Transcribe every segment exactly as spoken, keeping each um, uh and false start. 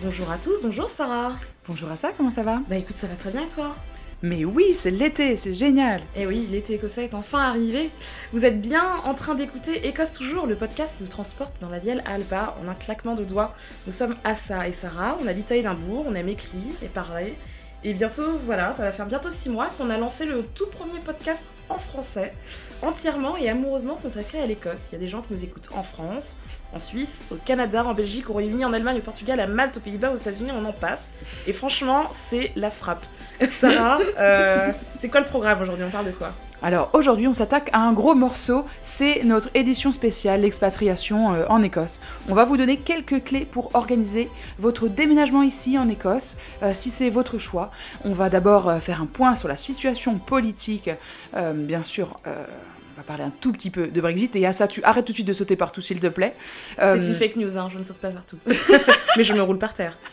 Bonjour à tous, bonjour Sarah. Bonjour à ça, comment ça va? Bah écoute, ça va très bien et toi? Mais oui, c'est l'été, c'est génial. Et oui, l'été écossais est enfin arrivé. Vous êtes bien en train d'écouter Écosse Toujours, le podcast qui vous transporte dans la vieille Alba en un claquement de doigts. Nous sommes Assa et Sarah, on habite à Édimbourg, on aime écrire et parler. Et bientôt, voilà, ça va faire bientôt six mois qu'on a lancé le tout premier podcast en français, entièrement et amoureusement consacré à l'Écosse. Il y a des gens qui nous écoutent en France, en Suisse, au Canada, en Belgique, au Royaume-Uni, en Allemagne, au Portugal, à Malte, aux Pays-Bas, aux États-Unis, on en passe. Et franchement, c'est la frappe. Sarah, euh, c'est quoi le programme aujourd'hui? On parle de quoi? Alors aujourd'hui, on s'attaque à un gros morceau, c'est notre édition spéciale, l'expatriation euh, en Écosse. On va vous donner quelques clés pour organiser votre déménagement ici en Écosse, euh, si c'est votre choix. On va d'abord euh, faire un point sur la situation politique, euh, bien sûr... Euh, on va parler un tout petit peu de Brexit, et à ça, tu arrêtes tout de suite de sauter partout, s'il te plaît. Euh... C'est une fake news, hein, je ne saute pas partout. Mais je me roule par terre.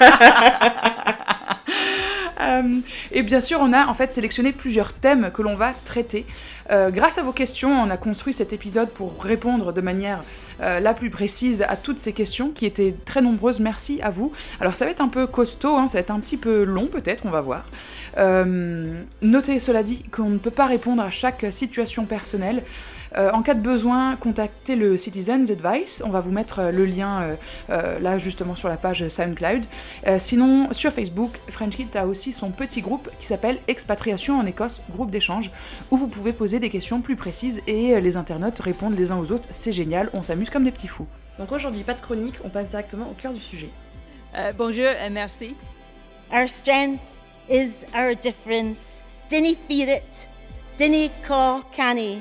Euh, et bien sûr, on a en fait sélectionné plusieurs thèmes que l'on va traiter. Euh, grâce à vos questions, on a construit cet épisode pour répondre de manière euh, la plus précise à toutes ces questions qui étaient très nombreuses. Merci à vous. Alors ça va être un peu costaud, hein, ça va être un petit peu long peut-être, on va voir. Euh, notez cela dit qu'on ne peut pas répondre à chaque situation personnelle. Euh, en cas de besoin, contactez le Citizens Advice, on va vous mettre euh, le lien euh, euh, là justement sur la page SoundCloud. Euh, sinon, sur Facebook, Frenchkit a aussi son petit groupe qui s'appelle Expatriation en Écosse, groupe d'échange, où vous pouvez poser des questions plus précises et euh, les internautes répondent les uns aux autres, c'est génial, on s'amuse comme des petits fous. Donc aujourd'hui, pas de chronique, on passe directement au cœur du sujet. Euh, bonjour et merci. Our strength is our difference. Dinny feed it, dinny call canny.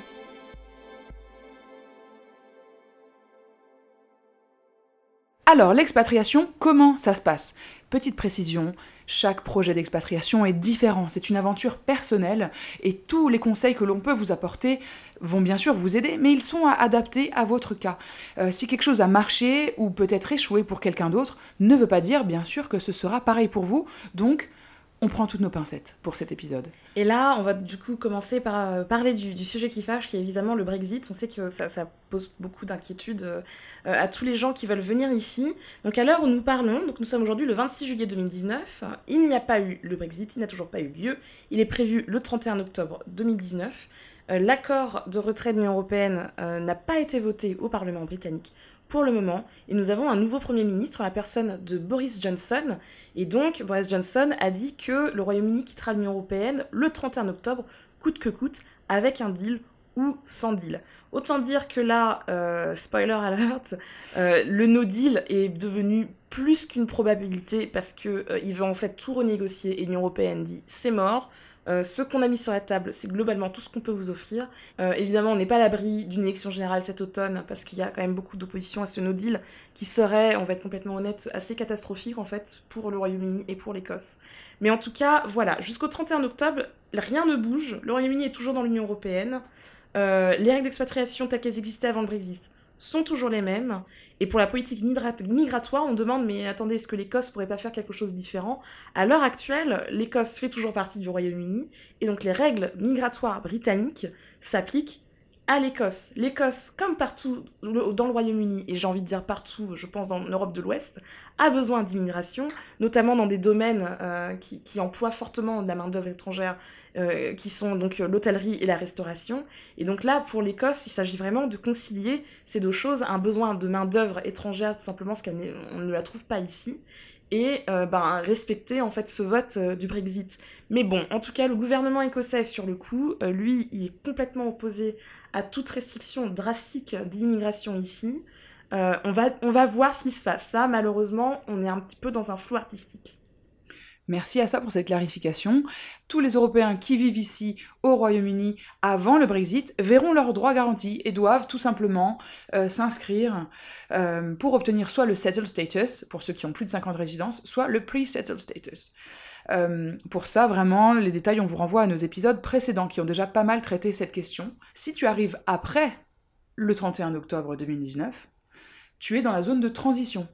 Alors, l'expatriation, comment ça se passe? Petite précision, chaque projet d'expatriation est différent, c'est une aventure personnelle, et tous les conseils que l'on peut vous apporter vont bien sûr vous aider, mais ils sont adaptés à votre cas. Euh, si quelque chose a marché, ou peut-être échoué pour quelqu'un d'autre, ne veut pas dire bien sûr que ce sera pareil pour vous, donc... on prend toutes nos pincettes pour cet épisode. Et là, on va du coup commencer par euh, parler du, du sujet qui fâche, qui est évidemment le Brexit. On sait que ça, ça pose beaucoup d'inquiétudes euh, à tous les gens qui veulent venir ici. Donc à l'heure où nous parlons, donc nous sommes aujourd'hui le vingt-six juillet deux mille dix-neuf, il n'y a pas eu le Brexit, il n'a toujours pas eu lieu. Il est prévu le trente et un octobre deux mille dix-neuf. Euh, l'accord de retrait de l'Union européenne euh, n'a pas été voté au Parlement britannique pour le moment, et nous avons un nouveau Premier ministre, la personne de Boris Johnson, et donc Boris Johnson a dit que le Royaume-Uni quittera l'Union européenne le trente et un octobre, coûte que coûte, avec un deal ou sans deal. Autant dire que là, euh, spoiler alert, euh, le no deal est devenu plus qu'une probabilité, parce qu'il euh, veut en fait tout renégocier, et l'Union européenne dit c'est mort. Euh, ce qu'on a mis sur la table, c'est globalement tout ce qu'on peut vous offrir. Euh, évidemment, on n'est pas à l'abri d'une élection générale cet automne, parce qu'il y a quand même beaucoup d'opposition à ce no deal, qui serait, on va être complètement honnête, assez catastrophique en fait pour le Royaume-Uni et pour l'Écosse. Mais en tout cas, voilà, jusqu'au trente et un octobre, rien ne bouge, le Royaume-Uni est toujours dans l'Union européenne, euh, les règles d'expatriation telles qu'elles existaient avant le Brexit sont toujours les mêmes, et pour la politique migra- migratoire, on demande, mais attendez, est-ce que l'Écosse pourrait pas faire quelque chose de différent? À l'heure actuelle, l'Écosse fait toujours partie du Royaume-Uni, et donc les règles migratoires britanniques s'appliquent à l'Écosse. L'Écosse, comme partout dans le Royaume-Uni, et j'ai envie de dire partout, je pense dans l'Europe de l'Ouest, a besoin d'immigration, notamment dans des domaines euh, qui, qui emploient fortement de la main-d'œuvre étrangère, euh, qui sont donc l'hôtellerie et la restauration. Et donc là, pour l'Écosse, il s'agit vraiment de concilier ces deux choses, un besoin de main-d'œuvre étrangère, tout simplement parce qu'on ne la trouve pas ici, et euh, ben, respecter en fait ce vote euh, du Brexit. Mais bon, en tout cas, le gouvernement écossais, sur le coup, euh, lui, il est complètement opposé à toute restriction drastique d'immigration ici. Euh, on va, on va voir ce qui se passe. Là, malheureusement, on est un petit peu dans un flou artistique. Merci à ça pour cette clarification. Tous les Européens qui vivent ici au Royaume-Uni avant le Brexit verront leurs droits garantis et doivent tout simplement euh, s'inscrire euh, pour obtenir soit le settled status, pour ceux qui ont plus de cinq ans de résidence, soit le pre-settled status. Euh, pour ça, vraiment, les détails, on vous renvoie à nos épisodes précédents qui ont déjà pas mal traité cette question. Si tu arrives après le trente et un octobre deux mille dix-neuf, tu es dans la zone de transition,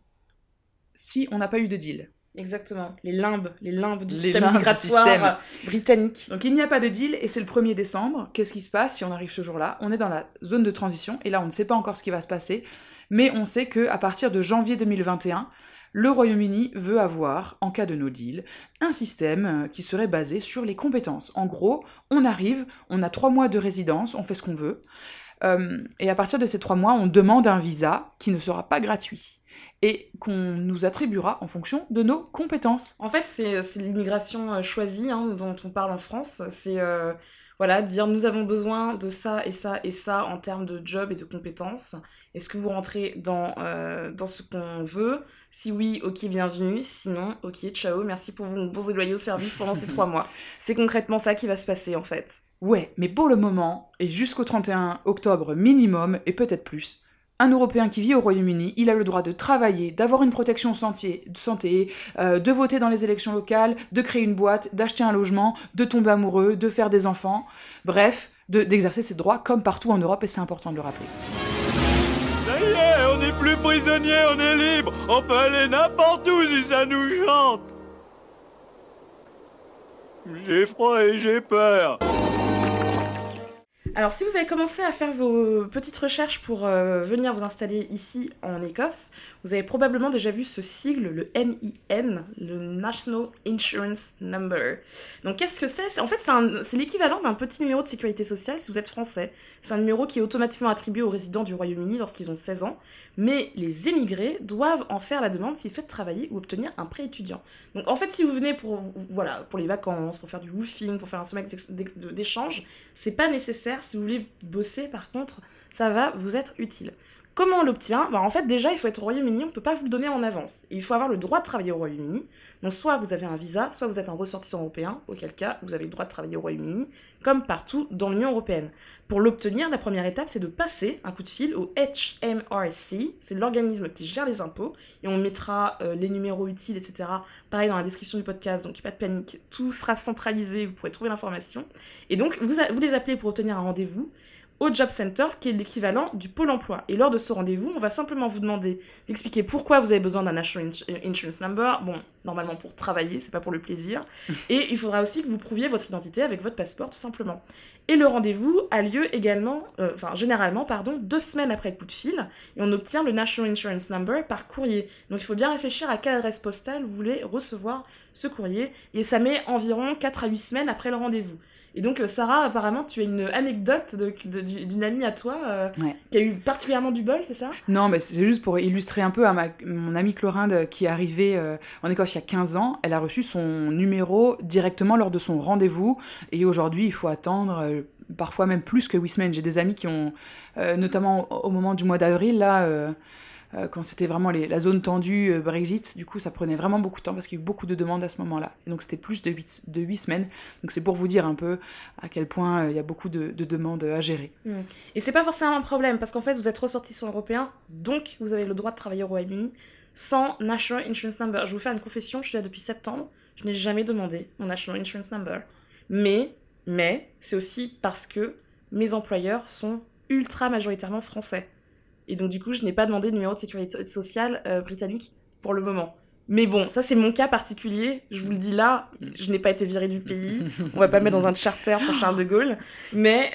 si on n'a pas eu de deal. Exactement, les limbes, les limbes du les système limbes migratoire du système. britannique. Donc il n'y a pas de deal, et c'est le premier décembre. Qu'est-ce qui se passe si on arrive ce jour-là? On est dans la zone de transition, et là on ne sait pas encore ce qui va se passer, mais on sait qu'à partir de janvier deux mille vingt et un, Le Royaume-Uni veut avoir, en cas de no deal, un système qui serait basé sur les compétences. En gros, on arrive, on a trois mois de résidence, on fait ce qu'on veut, euh, et à partir de ces trois mois, on demande un visa qui ne sera pas gratuit et qu'on nous attribuera en fonction de nos compétences. En fait, c'est, c'est l'immigration choisie hein, dont on parle en France. C'est euh, voilà, dire nous avons besoin de ça et ça et ça en termes de job et de compétences. Est-ce que vous rentrez dans, euh, dans ce qu'on veut ? Si oui, ok, bienvenue. Sinon, ok, ciao, merci pour vos bons et loyaux services pendant ces trois mois. C'est concrètement ça qui va se passer en fait. Ouais, mais pour le moment, et jusqu'au trente et un octobre minimum, et peut-être plus, un Européen qui vit au Royaume-Uni, il a le droit de travailler, d'avoir une protection santé, santé euh, de voter dans les élections locales, de créer une boîte, d'acheter un logement, de tomber amoureux, de faire des enfants, bref, de, d'exercer ses droits comme partout en Europe, et c'est important de le rappeler. Ça y est, on n'est plus prisonnier, on est libre, on peut aller n'importe où si ça nous chante. J'ai froid et j'ai peur. Alors, si vous avez commencé à faire vos petites recherches pour euh, venir vous installer ici en Écosse, vous avez probablement déjà vu ce sigle, le N I N, le National Insurance Number. Donc, qu'est-ce que c'est ? c'est En fait, c'est, un, c'est l'équivalent d'un petit numéro de sécurité sociale si vous êtes français. C'est un numéro qui est automatiquement attribué aux résidents du Royaume-Uni lorsqu'ils ont seize ans, mais les émigrés doivent en faire la demande s'ils souhaitent travailler ou obtenir un prêt étudiant. Donc, en fait, si vous venez pour, voilà, pour les vacances, pour faire du woofing, pour faire un sommet d'échange, c'est pas nécessaire. Si vous voulez bosser, par contre, ça va vous être utile. Comment on l'obtient ? Bah, en fait, déjà, il faut être au Royaume-Uni, on ne peut pas vous le donner en avance. Et il faut avoir le droit de travailler au Royaume-Uni. Donc, soit vous avez un visa, soit vous êtes un ressortissant européen, auquel cas, vous avez le droit de travailler au Royaume-Uni, comme partout dans l'Union européenne. Pour l'obtenir, la première étape, c'est de passer un coup de fil au H M R C, c'est l'organisme qui gère les impôts, et on mettra euh, les numéros utiles, et cetera, pareil dans la description du podcast, donc pas de panique, tout sera centralisé, vous pourrez trouver l'information. Et donc, vous, a- vous les appelez pour obtenir un rendez-vous au Job Center, qui est l'équivalent du Pôle emploi. Et lors de ce rendez-vous, on va simplement vous demander d'expliquer pourquoi vous avez besoin d'un National Insurance Number. Bon, normalement pour travailler, c'est pas pour le plaisir. Et il faudra aussi que vous prouviez votre identité avec votre passeport, tout simplement. Et le rendez-vous a lieu également, euh, enfin généralement, pardon, deux semaines après le coup de fil, et on obtient le National Insurance Number par courrier. Donc il faut bien réfléchir à quelle adresse postale vous voulez recevoir ce courrier, et ça met environ quatre à huit semaines après le rendez-vous. Et donc, Sarah, apparemment, tu as une anecdote de, de, d'une amie à toi euh, Ouais. qui a eu particulièrement du bol, c'est ça ? Non, mais c'est juste pour illustrer un peu à ma, mon amie Clorinde qui est arrivée euh, en Écosse il y a quinze ans. Elle a reçu son numéro directement lors de son rendez-vous. Et aujourd'hui, il faut attendre euh, parfois même plus que huit semaines. J'ai des amis qui ont, euh, notamment au moment du mois d'avril, là, euh, euh, quand c'était vraiment les, la zone tendue euh, Brexit, du coup, ça prenait vraiment beaucoup de temps parce qu'il y a eu beaucoup de demandes à ce moment-là. Et donc, c'était plus de huit, de huit semaines. Donc, c'est pour vous dire un peu à quel point euh, il y a beaucoup de, de demandes à gérer. Mmh. Et c'est pas forcément un problème, parce qu'en fait, vous êtes ressortissant européen, donc vous avez le droit de travailler au Royaume-Uni sans National Insurance Number. Je vais vous faire une confession, je suis là depuis septembre, je n'ai jamais demandé mon National Insurance Number. Mais, mais, c'est aussi parce que mes employeurs sont ultra majoritairement français. Et donc, du coup, je n'ai pas demandé de numéro de sécurité sociale euh, britannique pour le moment. Mais bon, ça, c'est mon cas particulier. Je vous le dis là, je n'ai pas été virée du pays. On va pas me mettre dans un charter pour Charles de Gaulle. Mais,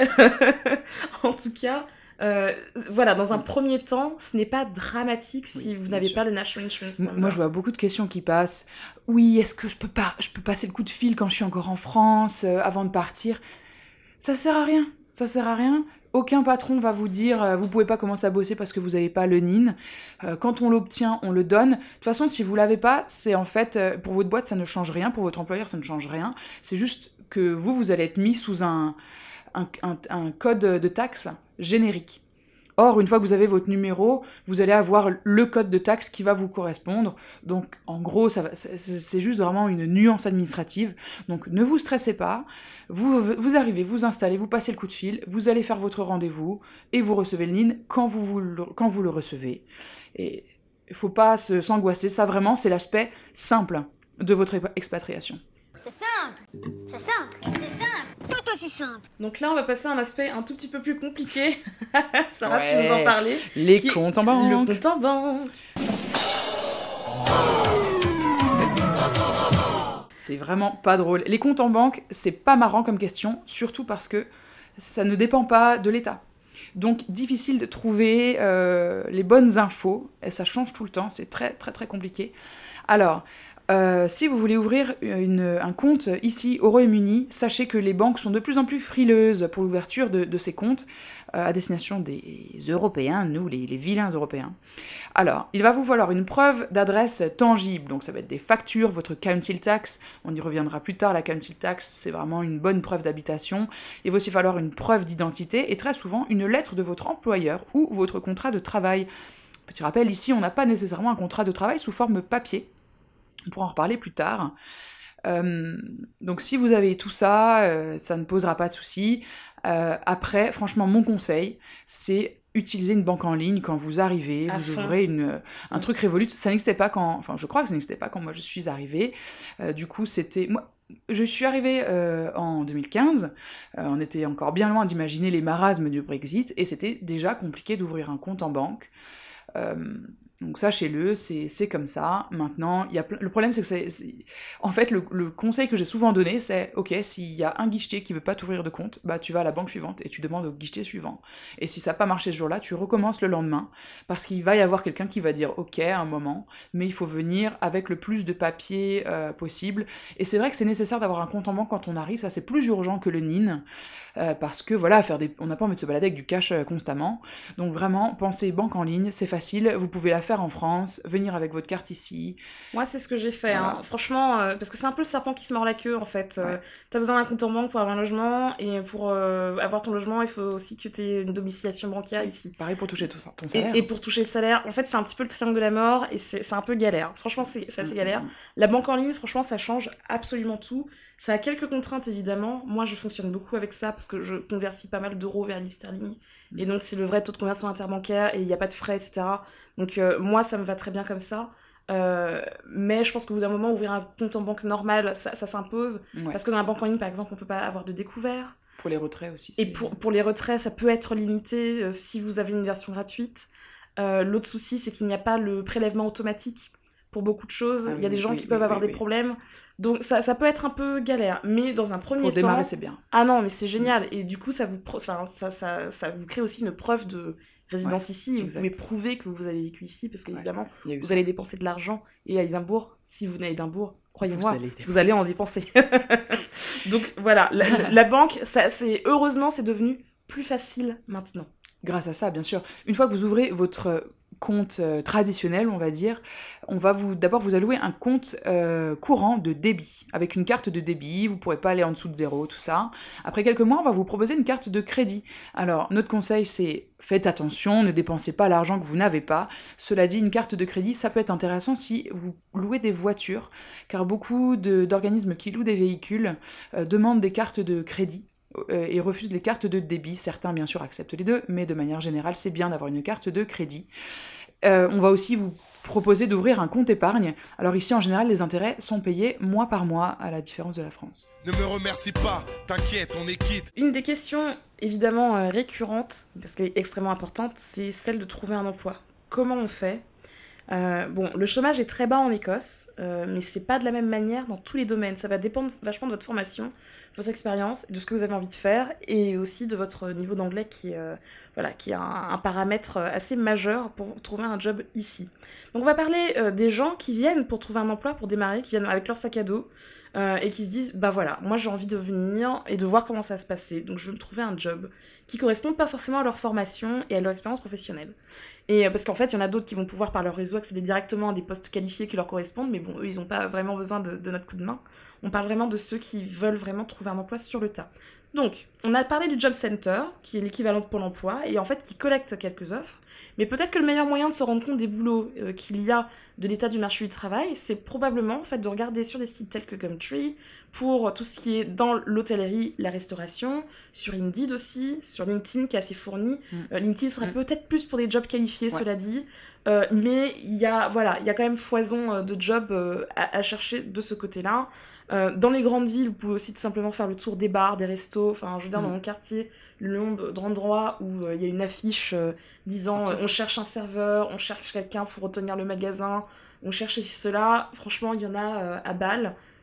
en tout cas, euh, voilà, dans un premier temps, ce n'est pas dramatique si Oui, vous bien n'avez sûr. pas le National Insurance Number. Moi, je vois beaucoup de questions qui passent. Oui, est-ce que je peux pas, je peux passer le coup de fil quand je suis encore en France, euh, avant de partir ? Ça sert à rien. Ça sert à rien. Aucun patron va vous dire euh, vous pouvez pas commencer à bosser parce que vous avez pas le N I N. Euh, quand on l'obtient, on le donne. De toute façon, si vous l'avez pas, c'est en fait euh, pour votre boîte ça ne change rien, pour votre employeur ça ne change rien. C'est juste que vous vous allez être mis sous un un, un, un code de taxe générique. Or, une fois que vous avez votre numéro, vous allez avoir le code de taxe qui va vous correspondre. Donc, en gros, ça va, c'est, c'est juste vraiment une nuance administrative. Donc, ne vous stressez pas. Vous, vous arrivez, vous installez, vous passez le coup de fil, vous allez faire votre rendez-vous et vous recevez le N I N quand vous, vous le, quand vous le recevez. Et il ne faut pas se, s'angoisser. Ça, vraiment, c'est l'aspect simple de votre expatriation. C'est simple, c'est simple, c'est simple, tout aussi simple. Donc là, on va passer à un aspect un tout petit peu plus compliqué. Sarah, Ouais. si vous en parlez. Les qui est comptes en banque. Le compte en banque. C'est vraiment pas drôle. Les comptes en banque, c'est pas marrant comme question, surtout parce que ça ne dépend pas de l'État. Donc, difficile de trouver euh, les bonnes infos, et ça change tout le temps, c'est très très très compliqué. Alors, euh, si vous voulez ouvrir une, un compte ici au Royaume-Uni, sachez que les banques sont de plus en plus frileuses pour l'ouverture de, de ces comptes euh, à destination des Européens, nous les, les vilains Européens. Alors, il va vous falloir une preuve d'adresse tangible, donc ça va être des factures, votre council tax, on y reviendra plus tard, la council tax c'est vraiment une bonne preuve d'habitation, il va aussi falloir une preuve d'identité et très souvent une lettre de votre employeur ou votre contrat de travail. Petit rappel, ici on n'a pas nécessairement un contrat de travail sous forme papier, on pourra en reparler plus tard. Euh, donc si vous avez tout ça, euh, ça ne posera pas de soucis. Euh, après, franchement, mon conseil, c'est utiliser une banque en ligne quand vous arrivez, À vous fond. ouvrez une, un truc Revolut. Ça n'existait pas quand... Enfin, je crois que ça n'existait pas quand moi je suis arrivée. Euh, du coup, c'était... Moi, je suis arrivée euh, en deux mille quinze, euh, on était encore bien loin d'imaginer les marasmes du Brexit, et c'était déjà compliqué d'ouvrir un compte en banque. Euh, Donc sachez-le, c'est, c'est comme ça. Maintenant, il y a ple- le problème, c'est que c'est, c'est... En fait, le, le conseil que j'ai souvent donné, c'est « Ok, s'il y a un guichetier qui veut pas t'ouvrir de compte, bah tu vas à la banque suivante et tu demandes au guichetier suivant. Et si ça n'a pas marché ce jour-là, tu recommences le lendemain, parce qu'il va y avoir quelqu'un qui va dire « Ok, à un moment, mais il faut venir avec le plus de papier euh, possible. » Et c'est vrai que c'est nécessaire d'avoir un compte en banque quand on arrive, ça c'est plus urgent que le N I N, euh, parce que voilà, faire des... on n'a pas envie de se balader avec du cash euh, constamment. Donc vraiment, pensez banque en ligne, c'est facile, vous pouvez la faire en France, venir avec votre carte ici. Moi, c'est ce que j'ai fait, Voilà. hein. Franchement, euh, parce que c'est un peu le serpent qui se mord la queue, en fait. Euh, Ouais. t'as besoin d'un compte en banque pour avoir un logement, et pour euh, avoir ton logement, il faut aussi que t'aies une domiciliation bancaire ici. Pareil pour toucher tout ça, ton salaire. Et, et pour toucher le salaire, en fait, c'est un petit peu le triangle de la mort, et c'est, c'est un peu galère. Franchement, c'est, c'est assez Mm, galère. mm, mm. La banque en ligne, franchement, ça change absolument tout. Ça a quelques contraintes, évidemment. Moi, je fonctionne beaucoup avec ça, parce que je convertis pas mal d'euros vers livres sterling. Mm. Et donc, c'est le vrai taux de conversion interbancaire, et il n'y a pas de frais, et cetera. Donc, euh, moi, ça me va très bien comme ça. Euh, mais je pense qu'au bout d'un moment, ouvrir un compte en banque normal, ça, ça s'impose. Ouais. Parce que dans la banque en ligne, par exemple, on peut pas avoir de découvert. Pour les retraits aussi. Et c'est- pour, pour les retraits, ça peut être limité euh, si vous avez une version gratuite. Euh, l'autre souci, c'est qu'il n'y a pas le prélèvement automatique pour beaucoup de choses. Ah Il y a oui, des gens oui, qui oui, peuvent avoir oui, des oui. problèmes. Donc ça, ça peut être un peu galère. Mais dans un premier Pour démarrer, temps... c'est bien. Ah non, mais c'est génial. Et du coup, ça vous, pro- enfin, ça, ça, ça vous crée aussi une preuve de résidence Ouais, ici. Et vous exact. pouvez prouver que vous avez vécu ici, parce qu'évidemment, Il y a eu vous ça. allez dépenser de l'argent. Et à Édimbourg, si vous venez à Édimbourg, croyez-moi, Vous vous allez allez, dépenser. en dépenser. Donc voilà, la, la- la banque, ça, c'est, heureusement, c'est devenu plus facile maintenant. Grâce à ça, bien sûr. Une fois que vous ouvrez votre compte euh, traditionnel, on va dire, on va vous d'abord vous allouer un compte euh, courant de débit, avec une carte de débit, vous pourrez pas aller en dessous de zéro, tout ça. Après quelques mois, on va vous proposer une carte de crédit. Alors, notre conseil, c'est faites attention, ne dépensez pas l'argent que vous n'avez pas. Cela dit, une carte de crédit, ça peut être intéressant si vous louez des voitures, car beaucoup de, d'organismes qui louent des véhicules euh, demandent des cartes de crédit euh, et refusent les cartes de débit. Certains, bien sûr, acceptent les deux, mais de manière générale, c'est bien d'avoir une carte de crédit. Euh, on va aussi vous proposer d'ouvrir un compte épargne. Alors ici, en général, les intérêts sont payés mois par mois, à la différence de la France. Ne me remercie pas, t'inquiète, on est quitte. Une des questions évidemment euh, récurrentes, parce qu'elle est extrêmement importante, c'est celle de trouver un emploi. Comment on fait ? Euh, bon, le chômage est très bas en Écosse, euh, mais c'est pas de la même manière dans tous les domaines. Ça va dépendre vachement de votre formation, de votre expérience, de ce que vous avez envie de faire, et aussi de votre niveau d'anglais qui est, euh, voilà, qui est un, un paramètre assez majeur pour trouver un job ici. Donc on va parler euh, des gens qui viennent pour trouver un emploi, pour démarrer, qui viennent avec leur sac à dos, euh, et qui se disent, bah voilà, moi j'ai envie de venir et de voir comment ça va se passer, donc je veux me trouver un job qui correspond pas forcément à leur formation et à leur expérience professionnelle. Et parce qu'en fait, il y en a d'autres qui vont pouvoir, par leur réseau, accéder directement à des postes qualifiés qui leur correspondent, mais bon, eux, ils n'ont pas vraiment besoin de, de notre coup de main. On parle vraiment de ceux qui veulent vraiment trouver un emploi sur le tas. Donc, on a parlé du Job Center, qui est l'équivalent de Pôle emploi, et en fait, qui collecte quelques offres. Mais peut-être que le meilleur moyen de se rendre compte des boulots euh, qu'il y a de l'état du marché du travail, c'est probablement en fait, de regarder sur des sites tels que Gumtree, pour tout ce qui est dans l'hôtellerie, la restauration, sur Indeed aussi, sur LinkedIn qui est assez fourni. Mm. Euh, LinkedIn serait Mm. peut-être plus pour des jobs qualifiés, Ouais. cela dit. Euh, mais il y a, voilà, il y a quand même foison euh, de jobs euh, à, à chercher de ce côté-là. Euh, dans les grandes villes, vous pouvez aussi tout simplement faire le tour des bars, des restos. Enfin, je veux dire, Mm. dans mon quartier, le nombre d'endroits où euh, il y a une affiche euh, disant euh, on cherche un serveur, on cherche quelqu'un pour retenir le magasin, on cherche ceci, cela. Franchement, il y en a euh, à balle.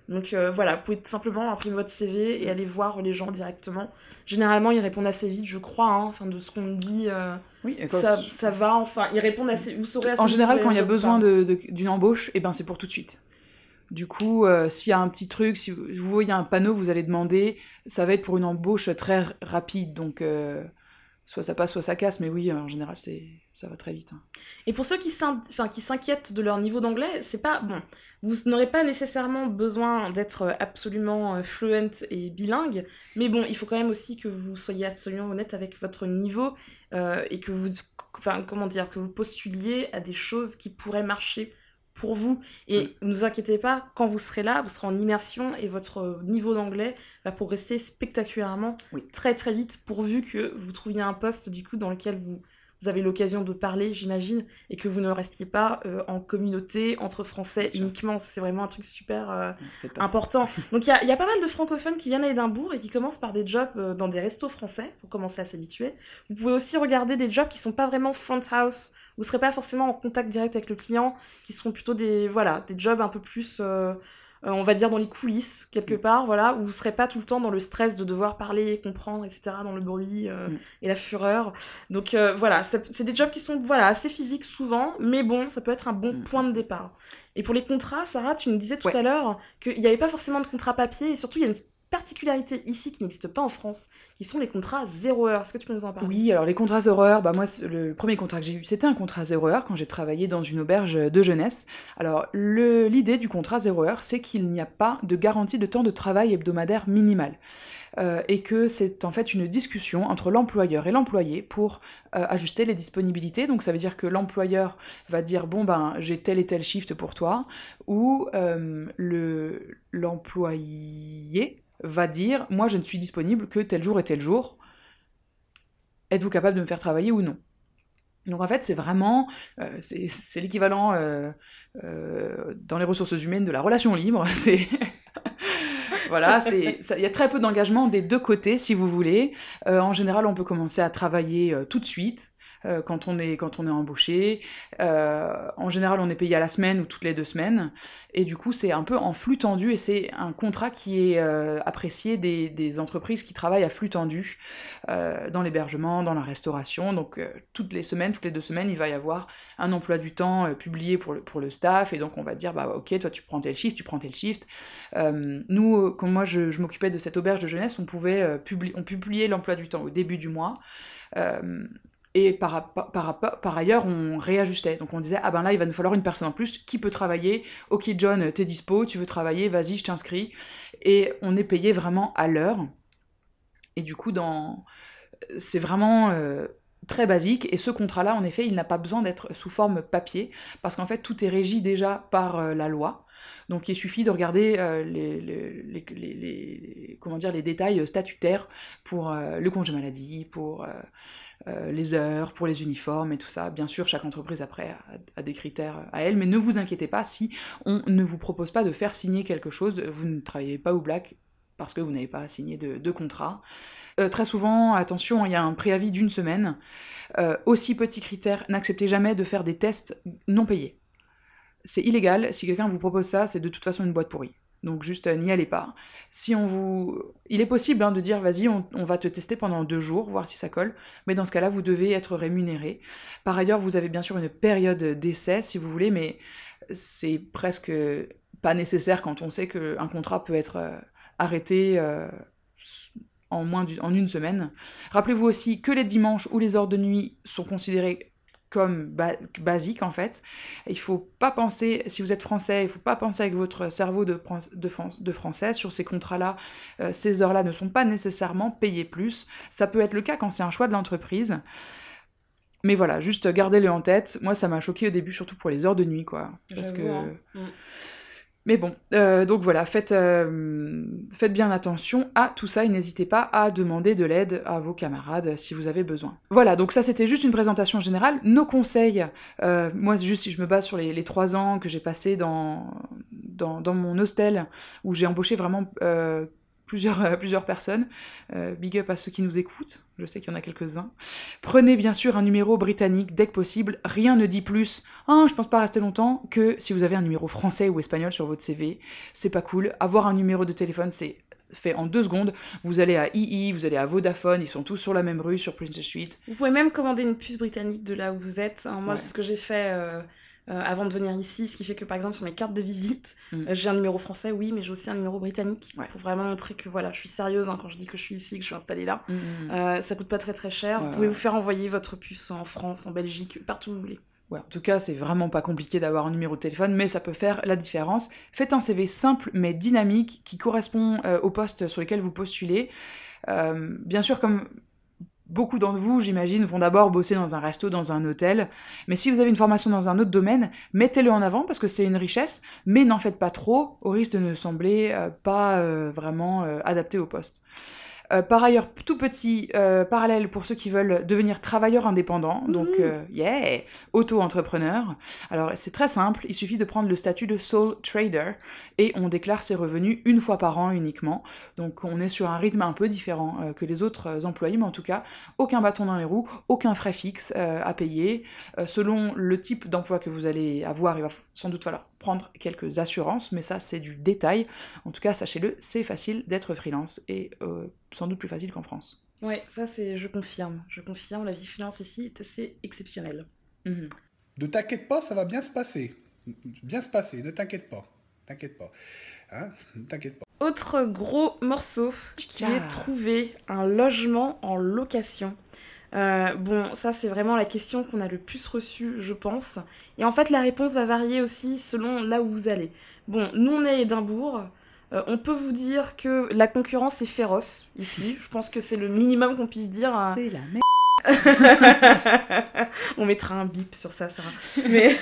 Donc euh, voilà, vous pouvez tout simplement imprimer votre C V et aller voir les gens directement. Généralement, ils répondent assez vite, je crois, hein, enfin, de ce qu'on me dit, euh, Oui, et quand- ça, ça va, enfin, ils répondent assez, vous saurez assez En vite général, si quand vous il y a avez un job besoin ou pas. de, de- d'une embauche, eh ben, c'est pour tout de suite. Du coup, euh, s'il y a un petit truc, si vous, vous voyez un panneau, vous allez demander, ça va être pour une embauche très r- rapide, donc euh, soit ça passe, soit ça casse, mais oui, en général, c'est, ça va très vite. hein. Et pour ceux qui, s'in- enfin, qui s'inquiètent de leur niveau d'anglais, c'est pas bon. Vous n'aurez pas nécessairement besoin d'être absolument euh, fluent et bilingue, mais bon, il faut quand même aussi que vous soyez absolument honnête avec votre niveau euh, et que vous, enfin, comment dire, que vous postuliez à des choses qui pourraient marcher pour vous. Et ne vous inquiétez pas, quand vous serez là, vous serez en immersion et votre niveau d'anglais va progresser spectaculairement Oui. très très vite, pourvu que vous trouviez un poste du coup dans lequel vous vous avez l'occasion de parler, j'imagine, et que vous ne restiez pas euh, en communauté, entre Français Bien sûr. uniquement. C'est vraiment un truc super euh, Faites pas ça. important. Donc il y a, il y a pas mal de francophones qui viennent à Édimbourg et qui commencent par des jobs euh, dans des restos français, pour commencer à s'habituer. Vous pouvez aussi regarder des jobs qui sont pas vraiment front house, vous serez pas forcément en contact direct avec le client, qui seront plutôt des, voilà, des jobs un peu plus... euh, euh, on va dire dans les coulisses, quelque part, voilà, où vous serez pas tout le temps dans le stress de devoir parler, comprendre, et cetera, dans le bruit euh, Mm. et la fureur. Donc euh, voilà, c'est c'est des jobs qui sont voilà, assez physiques souvent, mais bon, ça peut être un bon Mm. point de départ. Et pour les contrats, Sarah, tu nous disais tout Ouais. à l'heure qu'il n'y avait pas forcément de contrat papier, et surtout il y a une particularité ici qui n'existe pas en France, qui sont les contrats zéro heure. Est-ce que tu peux nous en parler? Oui, alors les contrats zéro heure, bah moi, c'est- le premier contrat que j'ai eu, c'était un contrat zéro heure quand j'ai travaillé dans une auberge de jeunesse. Alors, le- l'idée du contrat zéro heure, c'est qu'il n'y a pas de garantie de temps de travail hebdomadaire minimal. Euh, et que c'est en fait une discussion entre l'employeur et l'employé pour euh, ajuster les disponibilités. Donc ça veut dire que l'employeur va dire bon ben j'ai tel et tel shift pour toi, ou euh, le l'employé va dire moi je ne suis disponible que tel jour et tel jour. Êtes-vous capable de me faire travailler ou non? Donc en fait, c'est vraiment, euh, c'est, c'est l'équivalent euh, euh, dans les ressources humaines de la relation libre. C'est voilà, c'est, ça- il y a très peu d'engagement des deux côtés, si vous voulez. Euh, en général, on peut commencer à travailler euh, tout de suite. euh, Quand on, est, quand on est embauché. Euh, en général, on est payé à la semaine ou toutes les deux semaines. Et du coup, c'est un peu en flux tendu et c'est un contrat qui est euh, apprécié des, des entreprises qui travaillent à flux tendu euh, dans l'hébergement, dans la restauration. Donc, euh, toutes les semaines, toutes les deux semaines, il va y avoir un emploi du temps euh, publié pour le, pour le staff. Et donc, on va dire, bah, ok, toi, tu prends tel shift, tu prends tel shift. Euh, nous, euh, quand moi, je, je m'occupais de cette auberge de jeunesse, on pouvait euh, publier, on publiait l'emploi du temps au début du mois. Euh, Et par, par, par, par ailleurs, on réajustait. Donc on disait, ah ben là, il va nous falloir une personne en plus. Qui peut travailler? Ok, John, t'es dispo, tu veux travailler, vas-y, je t'inscris. Et on est payé vraiment à l'heure. Et du coup, dans... c'est vraiment euh, très basique. Et ce contrat-là, en effet, il n'a pas besoin d'être sous forme papier, parce qu'en fait, tout est régi déjà par euh, la loi. Donc il suffit de regarder euh, les, les, les, les, les, comment dire, les détails statutaires pour euh, le congé maladie, pour... Euh, Euh, les heures, pour les uniformes et tout ça. Bien sûr, chaque entreprise après a, a des critères à elle, mais ne vous inquiétez pas si on ne vous propose pas de faire signer quelque chose, vous ne travaillez pas au black parce que vous n'avez pas signé de, de contrat. Euh, très souvent, attention, il y a un préavis d'une semaine. Euh, aussi petit critère, n'acceptez jamais de faire des tests non payés. C'est illégal, si quelqu'un vous propose ça, c'est de toute façon une boîte pourrie. Donc juste euh, n'y allez pas. Si on vous... Il est possible hein, de dire vas-y on, on va te tester pendant deux jours, voir si ça colle, mais dans ce cas-là vous devez être rémunéré. Par ailleurs vous avez bien sûr une période d'essai si vous voulez, mais c'est presque pas nécessaire quand on sait qu'un contrat peut être euh, arrêté euh, en moins d'une, en une semaine. Rappelez-vous aussi que les dimanches ou les heures de nuit sont considérés comme ba- basique en fait. Il faut pas penser, si vous êtes français, il faut pas penser avec votre cerveau de, de, de français sur ces contrats-là. Euh, ces heures-là ne sont pas nécessairement payées plus. Ça peut être le cas quand c'est un choix de l'entreprise. Mais voilà, juste gardez-le en tête. Moi, ça m'a choqué au début, surtout pour les heures de nuit, quoi. Parce J'avoue, que... hein. Mm. Mais bon, euh, donc voilà, faites, euh, faites bien attention à tout ça et n'hésitez pas à demander de l'aide à vos camarades si vous avez besoin. Voilà, donc ça c'était juste une présentation générale. Nos conseils, euh, moi juste si je me base sur les, les trois ans que j'ai passé dans, dans, dans mon hostel, où j'ai embauché vraiment euh, plusieurs, euh, plusieurs personnes. Euh, big up à ceux qui nous écoutent, je sais qu'il y en a quelques-uns. Prenez bien sûr un numéro britannique dès que possible. Rien ne dit plus, oh, je pense pas rester longtemps, que si vous avez un numéro français ou espagnol sur votre C V. C'est pas cool. Avoir un numéro de téléphone, c'est fait en deux secondes. Vous allez à I I, vous allez à Vodafone, ils sont tous sur la même rue, sur Princess Street. Vous pouvez même commander une puce britannique de là où vous êtes. Hein, moi, Ouais. c'est ce que j'ai fait euh, euh, avant de venir ici, ce qui fait que, par exemple, sur mes cartes de visite, Mm. euh, j'ai un numéro français, oui, mais j'ai aussi un numéro britannique, Ouais. pour vraiment montrer que, voilà, je suis sérieuse hein, quand je dis que je suis ici, que je suis installée là. Mmh, mmh. Euh, ça coûte pas très très cher. Ouais, vous pouvez ouais. vous faire envoyer votre puce en France, en Belgique, partout où vous voulez. Ouais, en tout cas, c'est vraiment pas compliqué d'avoir un numéro de téléphone, mais ça peut faire la différence. Faites un C V simple mais dynamique qui correspond euh, au poste sur lequel vous postulez. Euh, bien sûr, comme beaucoup d'entre vous, j'imagine, vont d'abord bosser dans un resto, dans un hôtel, mais si vous avez une formation dans un autre domaine, mettez-le en avant parce que c'est une richesse, mais n'en faites pas trop, au risque de ne sembler euh, pas euh, vraiment euh, adapté au poste. Euh, par ailleurs, tout petit euh, parallèle pour ceux qui veulent devenir travailleurs indépendants, donc euh, yeah, auto-entrepreneur. Alors c'est très simple, il suffit de prendre le statut de sole trader et on déclare ses revenus une fois par an uniquement. Donc on est sur un rythme un peu différent euh, que les autres euh, employés, mais en tout cas, aucun bâton dans les roues, aucun frais fixe euh, à payer. Euh, selon le type d'emploi que vous allez avoir, il va f- sans doute falloir prendre quelques assurances, mais ça c'est du détail. En tout cas, sachez-le, c'est facile d'être freelance et euh, sans doute plus facile qu'en France. Ouais, ça c'est, je confirme, je confirme, la vie freelance ici est assez exceptionnelle. Mhm. Ne t'inquiète pas, ça va bien se passer. Bien se passer, ne t'inquiète pas. T'inquiète pas. Hein, ne t'inquiète pas. Autre gros morceau qui est trouver un logement en location. Euh, bon, ça c'est vraiment la question qu'on a le plus reçue, je pense. Et en fait, la réponse va varier aussi selon là où vous allez. Bon, nous on est à Édimbourg. Euh, on peut vous dire que la concurrence est féroce ici. Je pense que c'est le minimum qu'on puisse dire. Hein. C'est la merde. On mettra un bip sur ça, Sarah. Mais,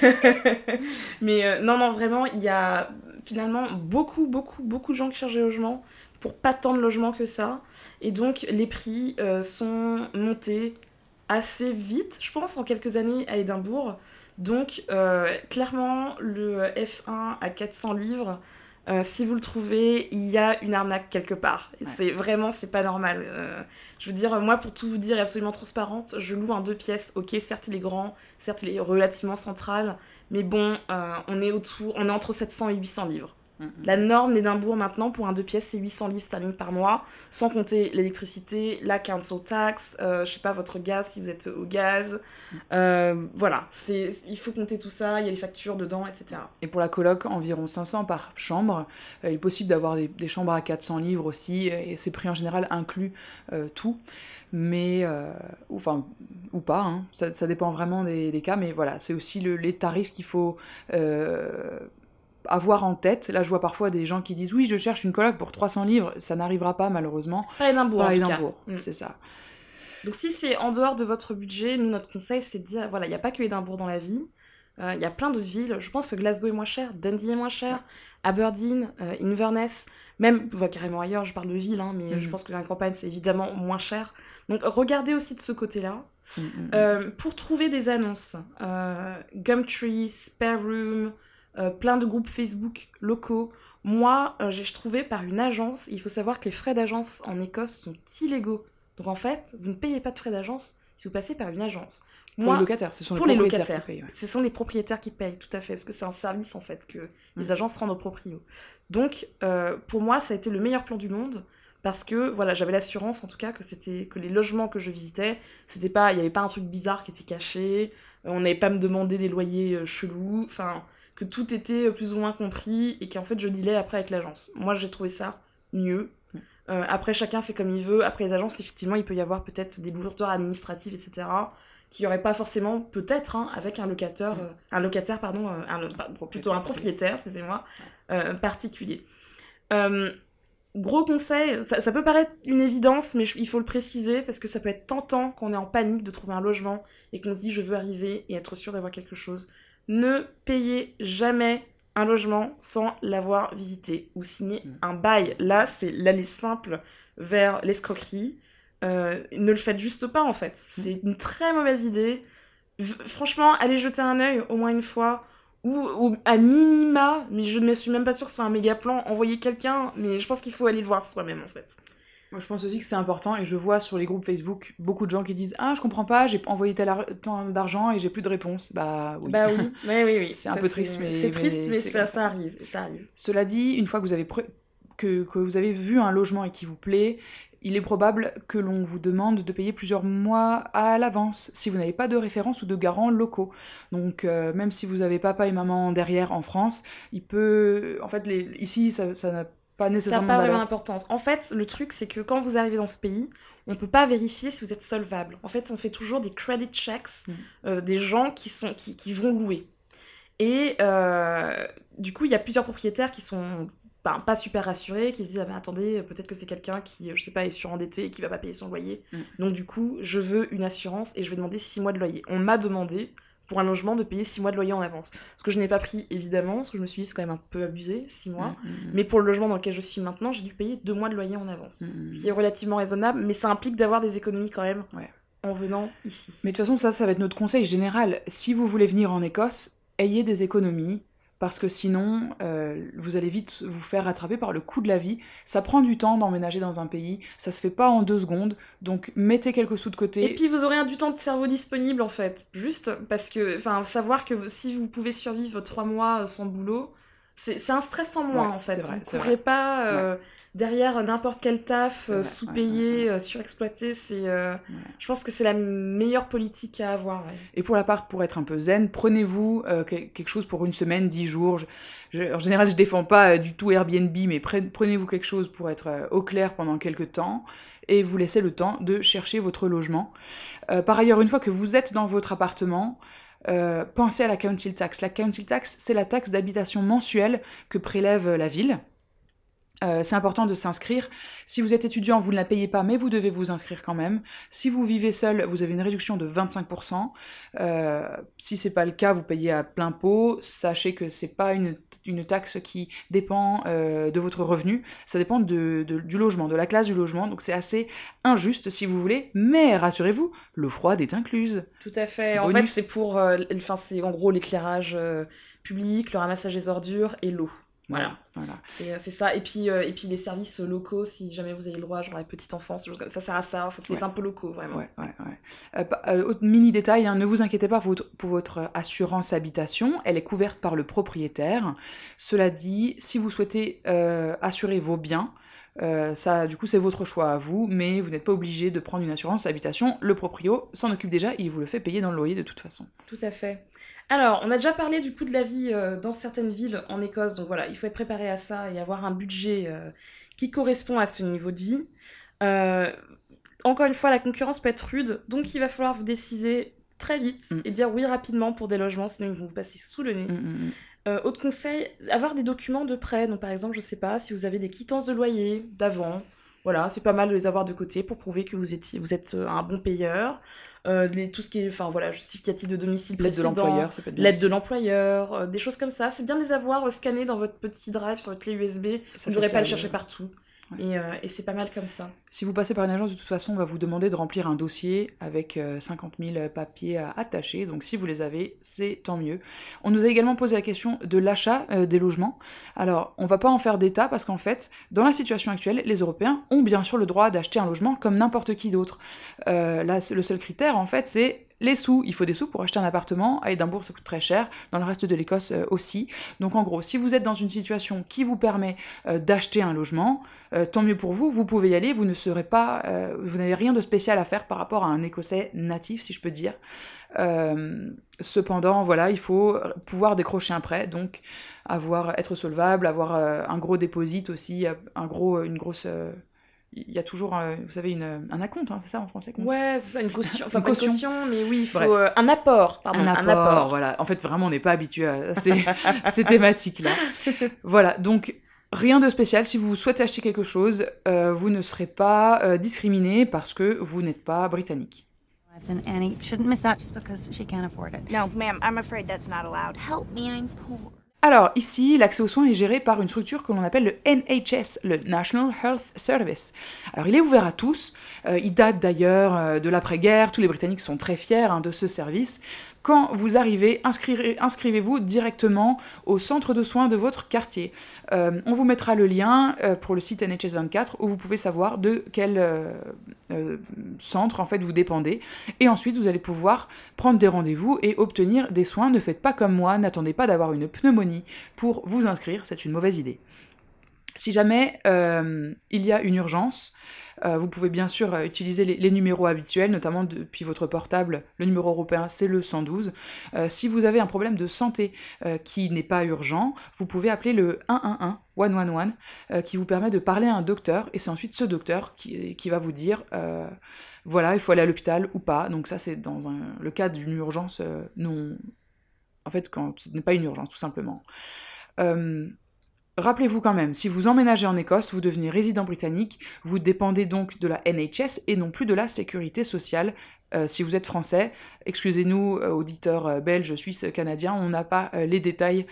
mais euh, non, non, vraiment, il y a finalement beaucoup, beaucoup, beaucoup de gens qui cherchent des logements pour pas tant de logements que ça. Et donc, les prix euh, sont montés assez vite, je pense, en quelques années à Édimbourg. Donc, euh, clairement, le F un à quatre cents livres, euh, si vous le trouvez, il y a une arnaque quelque part. Et Ouais. c'est vraiment, c'est pas normal. Euh, je veux dire, moi, pour tout vous dire, et absolument transparente, je loue un deux pièces. Ok, certes, il est grand, certes, il est relativement central, mais bon, euh, on est autour, on est entre sept cents et huit cents livres. La norme d'Édimbourg maintenant pour un deux pièces, c'est huit cents livres sterling par mois, sans compter l'électricité, la council tax, euh, je sais pas, votre gaz si vous êtes au gaz. Euh, voilà, c'est, il faut compter tout ça, il y a les factures dedans, et cetera. Et pour la coloc, environ cinq cents par chambre. Euh, il est possible d'avoir des, des chambres à quatre cents livres aussi, et ces prix en général incluent euh, tout. Mais, euh, ou, enfin, ou pas, hein. ça, ça dépend vraiment des, des cas, mais voilà, c'est aussi le, les tarifs qu'il faut euh, avoir en tête. Là, je vois parfois des gens qui disent « Oui, je cherche une coloc pour trois cents livres », ça n'arrivera pas malheureusement. Pas Édimbourg, Pas en tout Édimbourg, cas. Mm. c'est ça. Donc si c'est en dehors de votre budget, nous, notre conseil, c'est de dire, voilà, il n'y a pas que Édimbourg dans la vie. Il euh, y a plein d'autres villes. Je pense que Glasgow est moins cher, Dundee est moins cher, Aberdeen, euh, Inverness, même bah, carrément ailleurs, je parle de ville, hein, mais Mm. je pense que la campagne, c'est évidemment moins cher. Donc regardez aussi de ce côté-là. Mm, mm, Euh, pour trouver des annonces, euh, Gumtree, Spare Room, euh, plein de groupes Facebook locaux. Moi, euh, j'ai trouvé par une agence. Il faut savoir que les frais d'agence en Écosse sont illégaux. Donc en fait, vous ne payez pas de frais d'agence si vous passez par une agence. Pour Moi, les locataires, ce sont pour les les propriétaires locataires, qui payent. Ouais. ce sont les propriétaires qui payent, tout à fait, parce que c'est un service en fait que les Mm. agences rendent aux proprios. Donc, euh, pour moi, ça a été le meilleur plan du monde. Parce que voilà, j'avais l'assurance en tout cas que c'était que les logements que je visitais, c'était pas, il y avait pas un truc bizarre qui était caché, euh, on n'avait pas à me demander des loyers euh, chelous, enfin que tout était euh, plus ou moins compris et qu'en fait je dealais après avec l'agence. Moi j'ai trouvé ça mieux. Euh, après chacun fait comme il veut. Après les agences effectivement il peut y avoir peut-être des lourdeurs administratives et cetera qu'il n'y aurait pas forcément peut-être hein, avec un locataire, euh, un locataire pardon, euh, un, plutôt un propriétaire excusez-moi euh, particulier. Euh, Gros conseil, ça, ça peut paraître une évidence, mais je, il faut le préciser parce que ça peut être tentant quand on est en panique de trouver un logement et qu'on se dit je veux arriver et être sûr d'avoir quelque chose. Ne payez jamais un logement sans l'avoir visité ou signer un bail. Là, c'est l'aller simple vers l'escroquerie. Euh, ne le faites juste pas en fait. C'est une très mauvaise idée. V- franchement, allez jeter un œil au moins une fois. ou, ou à minima, mais je ne suis même pas sûre que ce soit un méga plan, envoyer quelqu'un, mais je pense qu'il faut aller le voir soi-même en fait. Moi, je pense aussi que c'est important, et je vois sur les groupes Facebook beaucoup de gens qui disent « Ah, je comprends pas, j'ai envoyé tel ar- tant d'argent et j'ai plus de réponse. » Bah oui. Bah oui, oui, oui. oui. C'est un ça, peu triste, mais... C'est triste, mais, mais c'est ça, ça arrive, ça arrive. Cela dit, une fois que vous avez, pre... que, que vous avez vu un logement et qui vous plaît, il est probable que l'on vous demande de payer plusieurs mois à l'avance si vous n'avez pas de référence ou de garants locaux. Donc, euh, même si vous avez papa et maman derrière en France, il peut... En fait, les... ici, ça, ça n'a pas nécessairement ça n'a pas valeur. vraiment d'importance. En fait, le truc, c'est que quand vous arrivez dans ce pays, on peut pas vérifier si vous êtes solvable. En fait, on fait toujours des credit checks, mmh. euh, des gens qui, sont, qui, qui vont louer. Et euh, du coup, il y a plusieurs propriétaires qui sont ben, pas super rassurés, qui se disent ah ben, attendez, peut-être que c'est quelqu'un qui, je sais pas, est surendetté et qui va pas payer son loyer. Mmh. Donc du coup, je veux une assurance et je vais demander six mois de loyer. On m'a demandé pour un logement de payer six mois de loyer en avance. Ce que je n'ai pas pris, évidemment, parce que je me suis dit, c'est quand même un peu abusé, six mois. Mmh, mmh. Mais pour le logement dans lequel je suis maintenant, j'ai dû payer deux mois de loyer en avance. Mmh. Ce qui est relativement raisonnable, mais ça implique d'avoir des économies quand même ouais. en venant ici. Mais de toute façon, ça, ça va être notre conseil général. Si vous voulez venir en Écosse, ayez des économies, parce que sinon, euh, vous allez vite vous faire rattraper par le coût de la vie. Ça prend du temps d'emménager dans un pays, ça se fait pas en deux secondes, donc mettez quelques sous de côté. Et puis vous aurez un du temps de cerveau disponible en fait, juste parce que, enfin, savoir que si vous pouvez survivre trois mois sans boulot, c'est, c'est un stress en moins ouais, en fait. C'est vrai, vous ne courez pas euh, ouais. derrière n'importe quel taf, euh, sous-payé, ouais, ouais, ouais. surexploité, c'est, euh, ouais. je pense que c'est la meilleure politique à avoir. Ouais. Et pour la part, pour être un peu zen, prenez-vous euh, quelque chose pour une semaine, dix jours. Je, je, en général, je défends pas euh, du tout Airbnb, mais pre- prenez-vous quelque chose pour être euh, au clair pendant quelques temps et vous laissez le temps de chercher votre logement. Euh, par ailleurs, une fois que vous êtes dans votre appartement, Euh, pensez à la council tax. La council tax, c'est la taxe d'habitation mensuelle que prélève la ville. Euh, c'est important de s'inscrire. Si vous êtes étudiant, vous ne la payez pas, mais vous devez vous inscrire quand même. Si vous vivez seul, vous avez une réduction de vingt-cinq pour cent. Euh, si c'est pas le cas, vous payez à plein pot. Sachez que c'est pas une, une taxe qui dépend euh, de votre revenu. Ça dépend de, de, du logement, de la classe du logement. Donc c'est assez injuste si vous voulez. Mais rassurez-vous, l'eau froide est incluse. Tout à fait. Bonus. En fait, c'est pour, euh, enfin, c'est en gros l'éclairage euh, public, le ramassage des ordures et l'eau. Voilà, voilà. C'est, c'est ça. Et puis, euh, et puis les services locaux, si jamais vous avez le droit, genre la petite enfance, ça sert à ça. Enfin, c'est ouais. un peu locaux, vraiment. Ouais, ouais, ouais. Euh, euh, mini détail, hein, ne vous inquiétez pas pour votre, pour votre assurance habitation, elle est couverte par le propriétaire. Cela dit, si vous souhaitez euh, assurer vos biens, Euh, ça, du coup, c'est votre choix à vous, mais vous n'êtes pas obligé de prendre une assurance habitation. Le proprio s'en occupe déjà et il vous le fait payer dans le loyer de toute façon. Tout à fait. Alors, on a déjà parlé du coût de la vie euh, dans certaines villes en Écosse, donc voilà, il faut être préparé à ça et avoir un budget euh, qui correspond à ce niveau de vie. Euh, encore une fois, la concurrence peut être rude, donc il va falloir vous décider très vite mmh. et dire oui rapidement pour des logements, sinon ils vont vous passer sous le nez. Mmh. Euh, autre conseil, avoir des documents de prêt. Donc par exemple, je sais pas, si vous avez des quittances de loyer d'avant, voilà, c'est pas mal de les avoir de côté pour prouver que vous, étiez, vous êtes un bon payeur. Euh, les, tout ce qui est, enfin voilà, justificatif de domicile l'aide précédent, de l'employeur, ça peut être bien l'aide aussi. de l'employeur, euh, des choses comme ça. C'est bien de les avoir euh, scannés dans votre petit drive sur votre clé U S B. Ça vous ne devrez pas le chercher partout. Ouais. Et, euh, et c'est pas mal comme ça. Si vous passez par une agence, de toute façon, on va vous demander de remplir un dossier avec euh, cinquante mille papiers à attacher. Donc si vous les avez, c'est tant mieux. On nous a également posé la question de l'achat euh, des logements. Alors, on va pas en faire d'état parce qu'en fait, dans la situation actuelle, les Européens ont bien sûr le droit d'acheter un logement comme n'importe qui d'autre. Euh, là, le seul critère, en fait, c'est les sous. Il faut des sous pour acheter un appartement. À Édimbourg, ça coûte très cher. Dans le reste de l'Écosse euh, aussi. Donc en gros, si vous êtes dans une situation qui vous permet euh, d'acheter un logement, euh, tant mieux pour vous. Vous pouvez y aller. Vous ne serez pas, euh, vous n'avez rien de spécial à faire par rapport à un Écossais natif, si je peux dire. Euh, cependant, voilà, il faut pouvoir décrocher un prêt. Donc avoir, être solvable, avoir euh, un gros déposit aussi, un gros, une grosse... Euh, il y a toujours, euh, vous savez, une, un acompte, hein, c'est ça en français qu'on Ouais, c'est ça, une caution. Enfin, une pas caution. une caution, mais oui, il faut euh, un apport. Pardon, un, apport, un apport, voilà. En fait, vraiment, on n'est pas habitué à ces, ces thématiques-là. Voilà, donc rien de spécial. Si vous souhaitez acheter quelque chose, euh, vous ne serez pas euh, discriminé parce que vous n'êtes pas britannique. And Annie shouldn't miss out just because she can't afford it. No, ma'am, I'm afraid that's not allowed. Help me, I'm poor. Alors, ici, l'accès aux soins est géré par une structure que l'on appelle le N H S, le National Health Service. Alors, il est ouvert à tous. Euh, il date d'ailleurs euh, de l'après-guerre. Tous les Britanniques sont très fiers hein, de ce service. Quand vous arrivez, inscrivez, inscrivez-vous directement au centre de soins de votre quartier. Euh, on vous mettra le lien euh, pour le site N H S vingt-quatre où vous pouvez savoir de quel euh, euh, centre en fait vous dépendez. Et ensuite, vous allez pouvoir prendre des rendez-vous et obtenir des soins. Ne faites pas comme moi, n'attendez pas d'avoir une pneumonie pour vous inscrire, c'est une mauvaise idée. Si jamais euh, il y a une urgence, euh, vous pouvez bien sûr euh, utiliser les, les numéros habituels, notamment depuis votre portable. Le numéro européen, c'est le cent douze. Euh, si vous avez un problème de santé euh, qui n'est pas urgent, vous pouvez appeler le un un un, un un un, euh, qui vous permet de parler à un docteur, et c'est ensuite ce docteur qui, qui va vous dire euh, voilà, il faut aller à l'hôpital ou pas. Donc ça, c'est dans un, le cas d'une urgence euh, non... En fait, quand ce n'est pas une urgence, tout simplement. Euh, Rappelez-vous quand même, si vous emménagez en Écosse, vous devenez résident britannique, vous dépendez donc de la N H S et non plus de la sécurité sociale. Euh, si vous êtes français, excusez-nous, euh, auditeurs euh, belges, suisses, canadiens, on n'a pas euh, les détails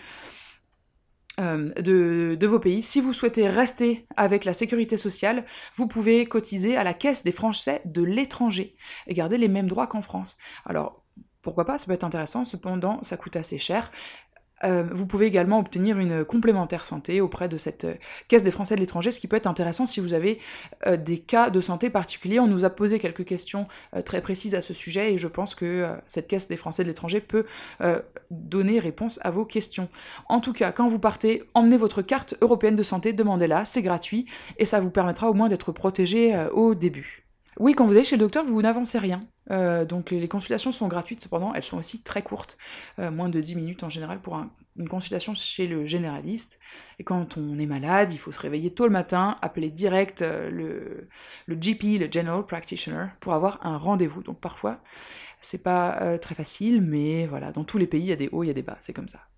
euh, de, de vos pays. Si vous souhaitez rester avec la sécurité sociale, vous pouvez cotiser à la caisse des Français de l'étranger et garder les mêmes droits qu'en France. Alors, pourquoi pas, ça peut être intéressant, cependant, ça coûte assez cher. Euh, vous pouvez également obtenir une complémentaire santé auprès de cette euh, caisse des Français de l'étranger, ce qui peut être intéressant si vous avez euh, des cas de santé particuliers. On nous a posé quelques questions euh, très précises à ce sujet et je pense que euh, cette caisse des Français de l'étranger peut euh, donner réponse à vos questions. En tout cas, quand vous partez, emmenez votre carte européenne de santé, demandez-la, c'est gratuit et ça vous permettra au moins d'être protégé euh, au début. Oui, quand vous allez chez le docteur, vous n'avancez rien. Euh, donc les consultations sont gratuites, cependant, elles sont aussi très courtes, euh, moins de dix minutes en général pour un, une consultation chez le généraliste. Et quand on est malade, il faut se réveiller tôt le matin, appeler direct euh, le, le G P, le General Practitioner, pour avoir un rendez-vous. Donc parfois, c'est pas euh, très facile, mais voilà, dans tous les pays, il y a des hauts, il y a des bas, c'est comme ça.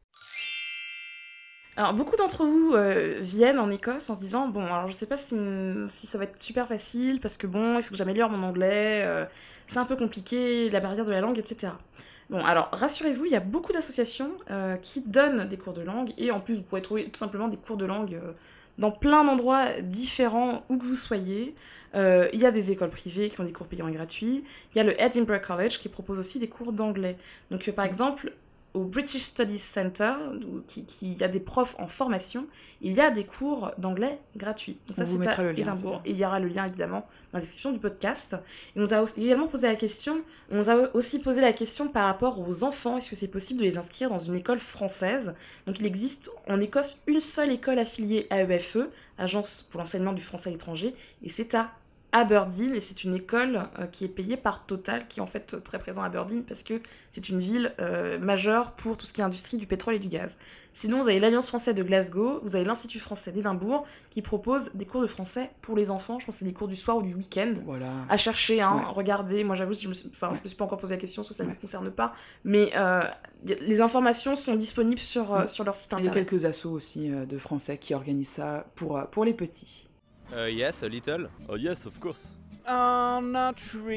Alors, beaucoup d'entre vous euh, viennent en Écosse en se disant, bon, alors je sais pas si, si ça va être super facile, parce que bon, il faut que j'améliore mon anglais, euh, c'est un peu compliqué, la barrière de la langue, et cetera. Bon, alors, rassurez-vous, il y a beaucoup d'associations euh, qui donnent des cours de langue, et en plus, vous pouvez trouver tout simplement des cours de langue euh, dans plein d'endroits différents où que vous soyez. Euh, il y a des écoles privées qui ont des cours payants et gratuits, il y a le Edinburgh College qui propose aussi des cours d'anglais. Donc, euh, par exemple, au British Studies Center, qui, qui y a des profs en formation, il y a des cours d'anglais gratuits. Donc ça, c'est à Édimbourg. Et il y aura le lien, évidemment, dans la description du podcast. Et on nous a également posé la question, on nous a aussi posé la question par rapport aux enfants, est-ce que c'est possible de les inscrire dans une école française? Donc il existe en Écosse une seule école affiliée à E F E, Agence pour l'enseignement du français à l'étranger, et c'est à Aberdeen, et c'est une école euh, qui est payée par Total, qui est en fait très présent à Aberdeen parce que c'est une ville euh, majeure pour tout ce qui est industrie du pétrole et du gaz. Sinon, vous avez l'Alliance française de Glasgow, vous avez l'Institut français d'Édimbourg qui propose des cours de français pour les enfants. Je pense que c'est des cours du soir ou du week-end. Voilà. À chercher, hein, ouais. Regardez. Moi, j'avoue, je me, suis, enfin, je me suis pas encore posé la question, parce que ça ne ouais. me concerne pas. Mais euh, les informations sont disponibles sur, euh, sur leur site internet. Il y a quelques assos aussi euh, de Français qui organisent ça pour, euh, pour les petits. Uh, yes, a little. Oh, yes, of course. Um, not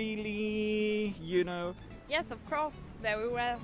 really, you know. Yes, of course, very well.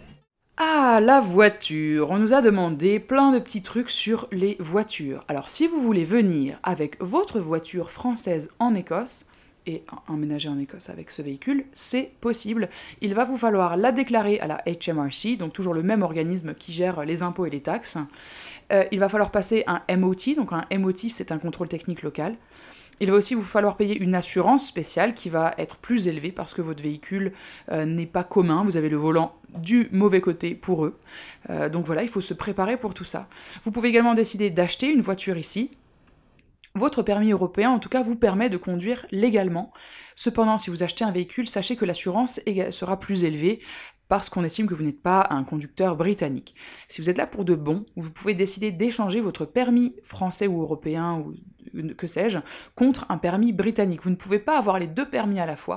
Ah, la voiture. On nous a demandé plein de petits trucs sur les voitures. Alors, si vous voulez venir avec votre voiture française en Écosse, et emménager en Écosse avec ce véhicule, c'est possible. Il va vous falloir la déclarer à la H M R C, donc toujours le même organisme qui gère les impôts et les taxes. Euh, il va falloir passer un M O T, donc un M O T c'est un contrôle technique local. Il va aussi vous falloir payer une assurance spéciale qui va être plus élevée parce que votre véhicule euh, n'est pas commun, vous avez le volant du mauvais côté pour eux. Euh, donc voilà, il faut se préparer pour tout ça. Vous pouvez également décider d'acheter une voiture ici. Votre permis européen, en tout cas, vous permet de conduire légalement. Cependant, si vous achetez un véhicule, sachez que l'assurance sera plus élevée parce qu'on estime que vous n'êtes pas un conducteur britannique. Si vous êtes là pour de bon, vous pouvez décider d'échanger votre permis français ou européen ou que sais-je, contre un permis britannique. Vous ne pouvez pas avoir les deux permis à la fois.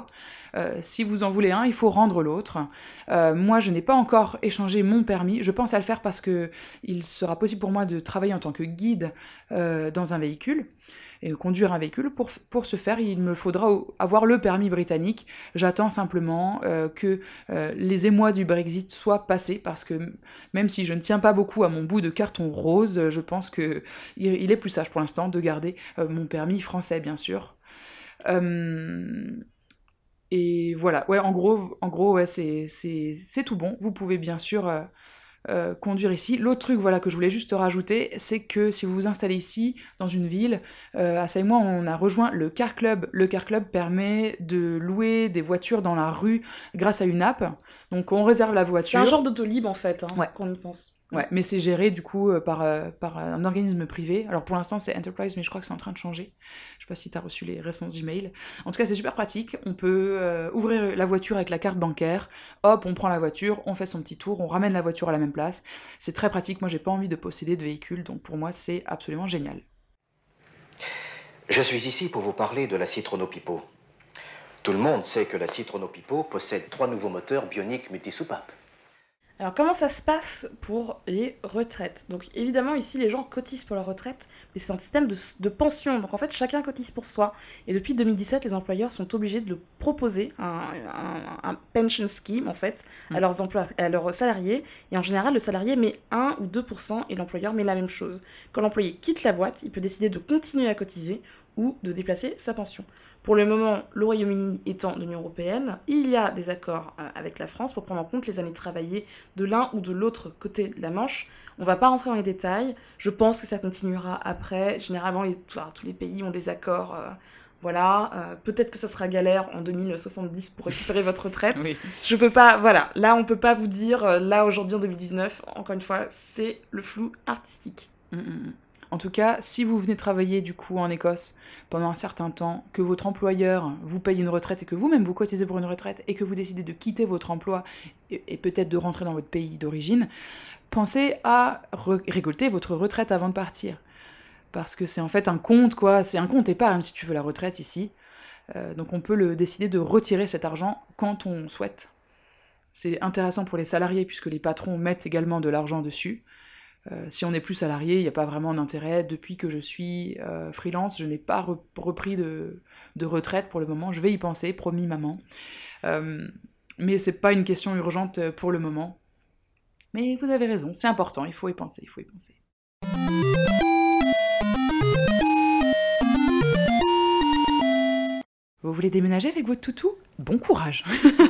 Euh, si vous en voulez un, il faut rendre l'autre. Euh, moi, je n'ai pas encore échangé mon permis. Je pense à le faire parce que il sera possible pour moi de travailler en tant que guide euh, dans un véhicule et conduire un véhicule. Pour, pour ce faire, il me faudra avoir le permis britannique. J'attends simplement euh, que euh, les émois du Brexit soient passés, parce que même si je ne tiens pas beaucoup à mon bout de carton rose, je pense qu'il il est plus sage pour l'instant de garder euh, mon permis français, bien sûr. Euh, et voilà, ouais, en gros, en gros ouais, c'est, c'est, c'est tout bon. Vous pouvez bien sûr... Euh, Euh, conduire ici. L'autre truc voilà, que je voulais juste rajouter, c'est que si vous vous installez ici, dans une ville, euh, Assa et moi, on a rejoint le Car Club. Le Car Club permet de louer des voitures dans la rue grâce à une app. Donc on réserve la voiture. C'est un genre d'autolib en fait, hein, ouais. quand on y pense. Ouais, mais c'est géré du coup euh, par, euh, par un organisme privé. Alors pour l'instant c'est Enterprise, mais je crois que c'est en train de changer. Je sais pas si t'as reçu les récents emails. En tout cas c'est super pratique. On peut euh, ouvrir la voiture avec la carte bancaire. Hop, on prend la voiture, on fait son petit tour, on ramène la voiture à la même place. C'est très pratique. Moi j'ai pas envie de posséder de véhicule, donc pour moi c'est absolument génial. Je suis ici pour vous parler de la Citrono-Pipo. Tout le monde sait que la Citrono-Pipo possède trois nouveaux moteurs bioniques multisoupapes. Alors comment ça se passe pour les retraites ? Donc évidemment ici les gens cotisent pour leur retraite, mais c'est un système de, de pension, donc en fait chacun cotise pour soi. Et depuis deux mille dix-sept, les employeurs sont obligés de proposer un, un, un pension scheme en fait à leurs, emplois, à leurs salariés, et en général le salarié met un ou deux pour cent et l'employeur met la même chose. Quand l'employé quitte la boîte, il peut décider de continuer à cotiser ou de déplacer sa pension. Pour le moment, le Royaume-Uni étant de l'Union européenne, il y a des accords euh, avec la France pour prendre en compte les années travaillées de l'un ou de l'autre côté de la Manche. On ne va pas rentrer dans les détails, je pense que ça continuera après. Généralement, les, tous les pays ont des accords, euh, voilà. Euh, peut-être que ça sera galère en deux mille soixante-dix pour récupérer votre retraite. Oui. Je peux pas, voilà, là on peut pas vous dire, euh, là aujourd'hui en deux mille dix-neuf, encore une fois, c'est le flou artistique. Mmh. En tout cas, si vous venez travailler du coup en Écosse pendant un certain temps, que votre employeur vous paye une retraite et que vous-même vous cotisez pour une retraite et que vous décidez de quitter votre emploi et, et peut-être de rentrer dans votre pays d'origine, pensez à re- récolter votre retraite avant de partir. Parce que c'est en fait un compte, quoi, c'est un compte épargne si tu veux la retraite ici. Euh, donc on peut le, décider de retirer cet argent quand on souhaite. C'est intéressant pour les salariés puisque les patrons mettent également de l'argent dessus. Euh, si on n'est plus salarié, il n'y a pas vraiment d'intérêt. Depuis que je suis euh, freelance, je n'ai pas re- repris de, de retraite pour le moment. Je vais y penser, promis maman. Euh, mais c'est pas une question urgente pour le moment. Mais vous avez raison, c'est important, il faut y penser, il faut y penser. Vous voulez déménager avec votre toutou ? Bon courage.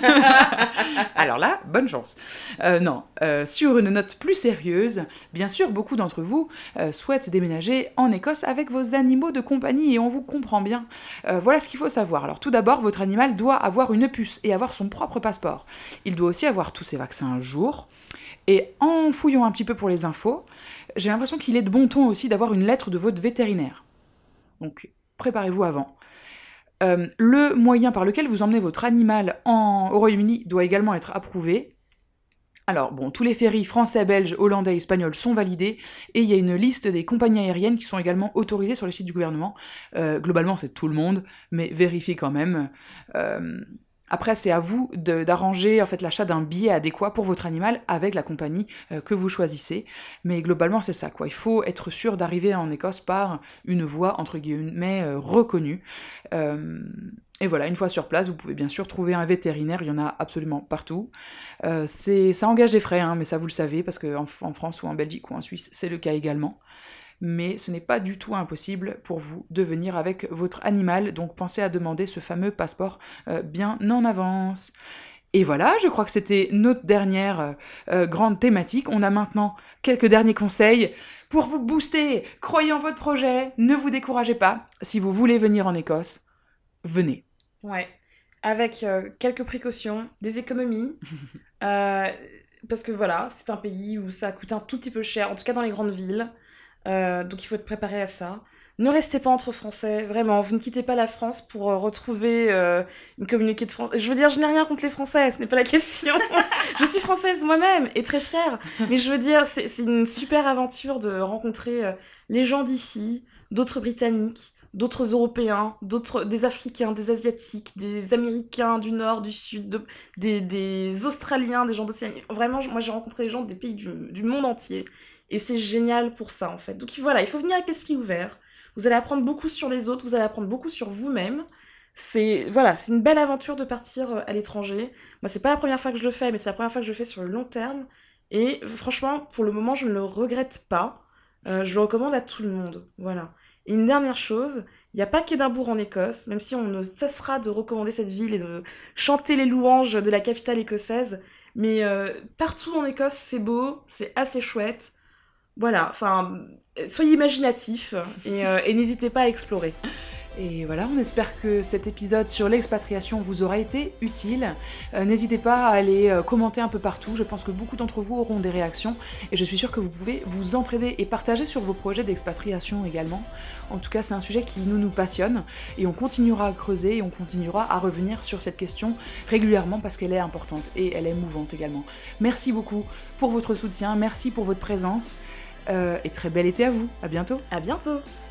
Alors là, bonne chance. Euh, non, euh, sur une note plus sérieuse, bien sûr, beaucoup d'entre vous euh, souhaitent déménager en Écosse avec vos animaux de compagnie et on vous comprend bien. Euh, voilà ce qu'il faut savoir. Alors tout d'abord, votre animal doit avoir une puce et avoir son propre passeport. Il doit aussi avoir tous ses vaccins à jour. Et en fouillant un petit peu pour les infos, j'ai l'impression qu'il est de bon ton aussi d'avoir une lettre de votre vétérinaire. Donc préparez-vous avant. Euh, le moyen par lequel vous emmenez votre animal en, au Royaume-Uni doit également être approuvé. Alors, bon, tous les ferries français, belges, hollandais, espagnols sont validés, et il y a une liste des compagnies aériennes qui sont également autorisées sur le site du gouvernement. Euh, globalement, c'est tout le monde, mais vérifiez quand même. Euh, Après, c'est à vous de, d'arranger en fait, l'achat d'un billet adéquat pour votre animal avec la compagnie euh, que vous choisissez. Mais globalement, c'est ça, quoi. Il faut être sûr d'arriver en Écosse par une voie, entre guillemets, euh, reconnue. Euh, et voilà, une fois sur place, vous pouvez bien sûr trouver un vétérinaire, il y en a absolument partout. Euh, c'est, ça engage des frais, hein, mais ça vous le savez, parce qu'en en France ou en Belgique ou en Suisse, c'est le cas également. Mais ce n'est pas du tout impossible pour vous de venir avec votre animal, donc pensez à demander ce fameux passeport euh, bien en avance. Et voilà, je crois que c'était notre dernière euh, grande thématique. On a maintenant quelques derniers conseils pour vous booster. Croyez en votre projet, ne vous découragez pas. Si vous voulez venir en Écosse, venez. Ouais, avec euh, quelques précautions, des économies, euh, parce que voilà, c'est un pays où ça coûte un tout petit peu cher, en tout cas dans les grandes villes. Euh, donc il faut être préparé à ça. Ne restez pas entre Français, vraiment, vous ne quittez pas la France pour euh, retrouver euh, une communauté de Français. Je veux dire, je n'ai rien contre les Français, ce n'est pas la question. Je suis française moi-même et très fière, mais je veux dire, c'est, c'est une super aventure de rencontrer euh, les gens d'ici, d'autres Britanniques, d'autres Européens, d'autres, des Africains, des Asiatiques, des Américains du Nord, du Sud, de, des, des Australiens, des gens d'Océanie. Vraiment, moi j'ai rencontré des gens des pays du, du monde entier. Et c'est génial pour ça, en fait. Donc voilà, il faut venir avec l'esprit ouvert. Vous allez apprendre beaucoup sur les autres, vous allez apprendre beaucoup sur vous-même. C'est, voilà, c'est une belle aventure de partir à l'étranger. Moi, c'est pas la première fois que je le fais, mais c'est la première fois que je le fais sur le long terme. Et franchement, pour le moment, je ne le regrette pas. Euh, je le recommande à tout le monde. Voilà. Et une dernière chose, il n'y a pas qu'Édimbourg en Écosse, même si on ne cessera de recommander cette ville et de chanter les louanges de la capitale écossaise. Mais euh, partout en Écosse, c'est beau, c'est assez chouette. Voilà, enfin, soyez imaginatifs et, euh, et n'hésitez pas à explorer. Et voilà, on espère que cet épisode sur l'expatriation vous aura été utile. Euh, n'hésitez pas à aller euh, commenter un peu partout, je pense que beaucoup d'entre vous auront des réactions, et je suis sûre que vous pouvez vous entraider et partager sur vos projets d'expatriation également. En tout cas, c'est un sujet qui nous, nous passionne, et on continuera à creuser, et on continuera à revenir sur cette question régulièrement, parce qu'elle est importante, et elle est mouvante également. Merci beaucoup pour votre soutien, merci pour votre présence, euh, et très bel été à vous, à bientôt. À bientôt.